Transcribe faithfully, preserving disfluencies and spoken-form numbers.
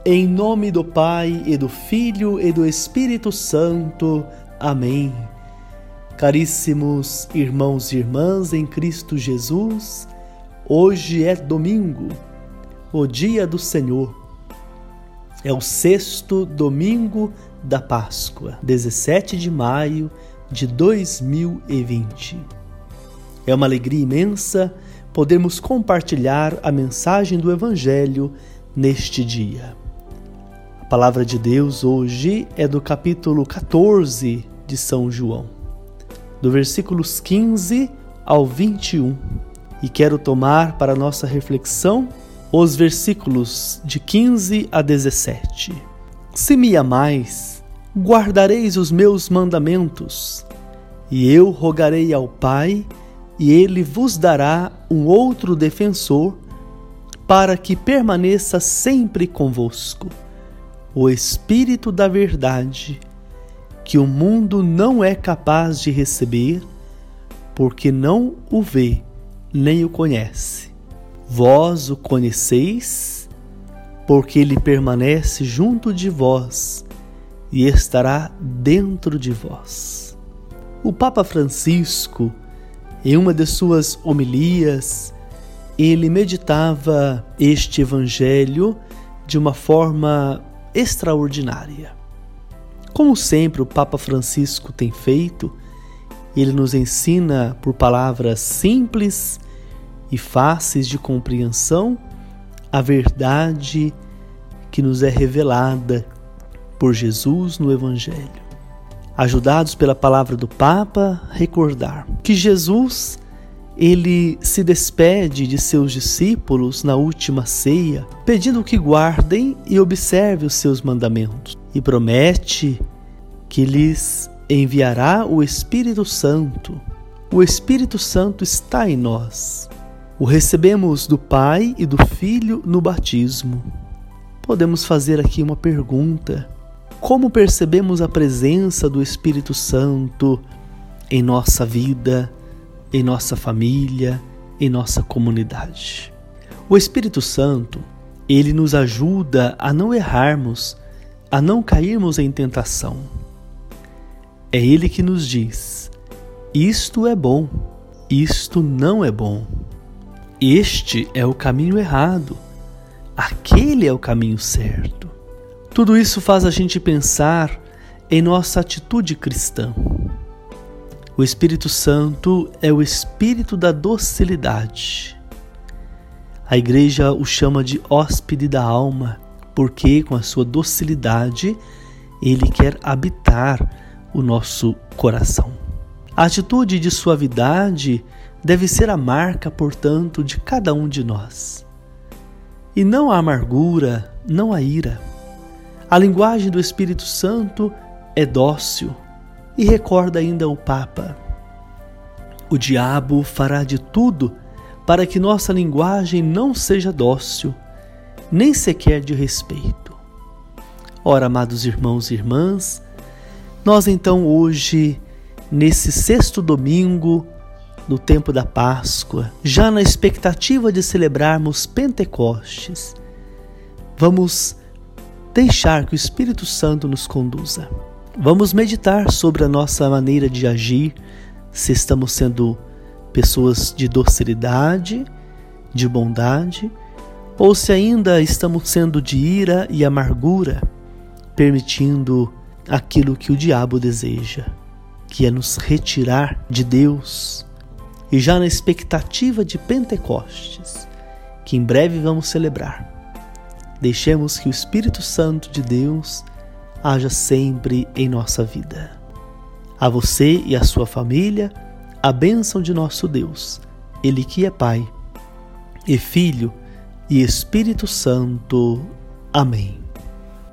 Em nome do Pai, e do Filho, e do Espírito Santo. Amém. Caríssimos irmãos e irmãs em Cristo Jesus, hoje é domingo, o dia do Senhor. É o sexto domingo da Páscoa, dezessete de maio de dois mil e vinte. É uma alegria imensa podermos compartilhar a mensagem do Evangelho neste dia. A palavra de Deus hoje é do capítulo quatorze de São João, do versículos quinze ao vinte e um. E quero tomar para nossa reflexão os versículos de quinze a dezessete. Se me amais, guardareis os meus mandamentos, e eu rogarei ao Pai, e ele vos dará um outro defensor, para que permaneça sempre convosco, o Espírito da verdade, que o mundo não é capaz de receber, porque não o vê, nem o conhece. Vós o conheceis, porque ele permanece junto de vós e estará dentro de vós. O Papa Francisco, em uma de suas homilias, ele meditava este Evangelho de uma forma extraordinária. Como sempre o Papa Francisco tem feito, ele nos ensina por palavras simples e fáceis de compreensão a verdade que nos é revelada por Jesus no Evangelho. Ajudados pela palavra do Papa, recordar que Jesus, ele se despede de seus discípulos na última ceia, pedindo que guardem e observem os seus mandamentos, e promete que lhes enviará o Espírito Santo. O Espírito Santo está em nós. O recebemos do Pai e do Filho no batismo. Podemos fazer aqui uma pergunta: como percebemos a presença do Espírito Santo em nossa vida, em nossa família, em nossa comunidade? O Espírito Santo, ele nos ajuda a não errarmos, a não cairmos em tentação. É ele que nos diz: isto é bom, isto não é bom. Este é o caminho errado, aquele é o caminho certo. Tudo isso faz a gente pensar em nossa atitude cristã. O Espírito Santo é o espírito da docilidade. A Igreja o chama de hóspede da alma, porque com a sua docilidade ele quer habitar o nosso coração. A atitude de suavidade deve ser a marca, portanto, de cada um de nós. E não a amargura, não a ira. A linguagem do Espírito Santo é dócil. E recorda ainda o Papa: o diabo fará de tudo para que nossa linguagem não seja dócil, nem sequer de respeito. Ora, amados irmãos e irmãs, nós então hoje, nesse sexto domingo do tempo da Páscoa, já na expectativa de celebrarmos Pentecostes, vamos deixar que o Espírito Santo nos conduza. Vamos meditar sobre a nossa maneira de agir, se estamos sendo pessoas de docilidade, de bondade, ou se ainda estamos sendo de ira e amargura, permitindo aquilo que o diabo deseja, que é nos retirar de Deus. E já na expectativa de Pentecostes, que em breve vamos celebrar, deixemos que o Espírito Santo de Deus haja sempre em nossa vida. A você e a sua família, a bênção de nosso Deus, Ele que é Pai, e Filho, e Espírito Santo. Amém.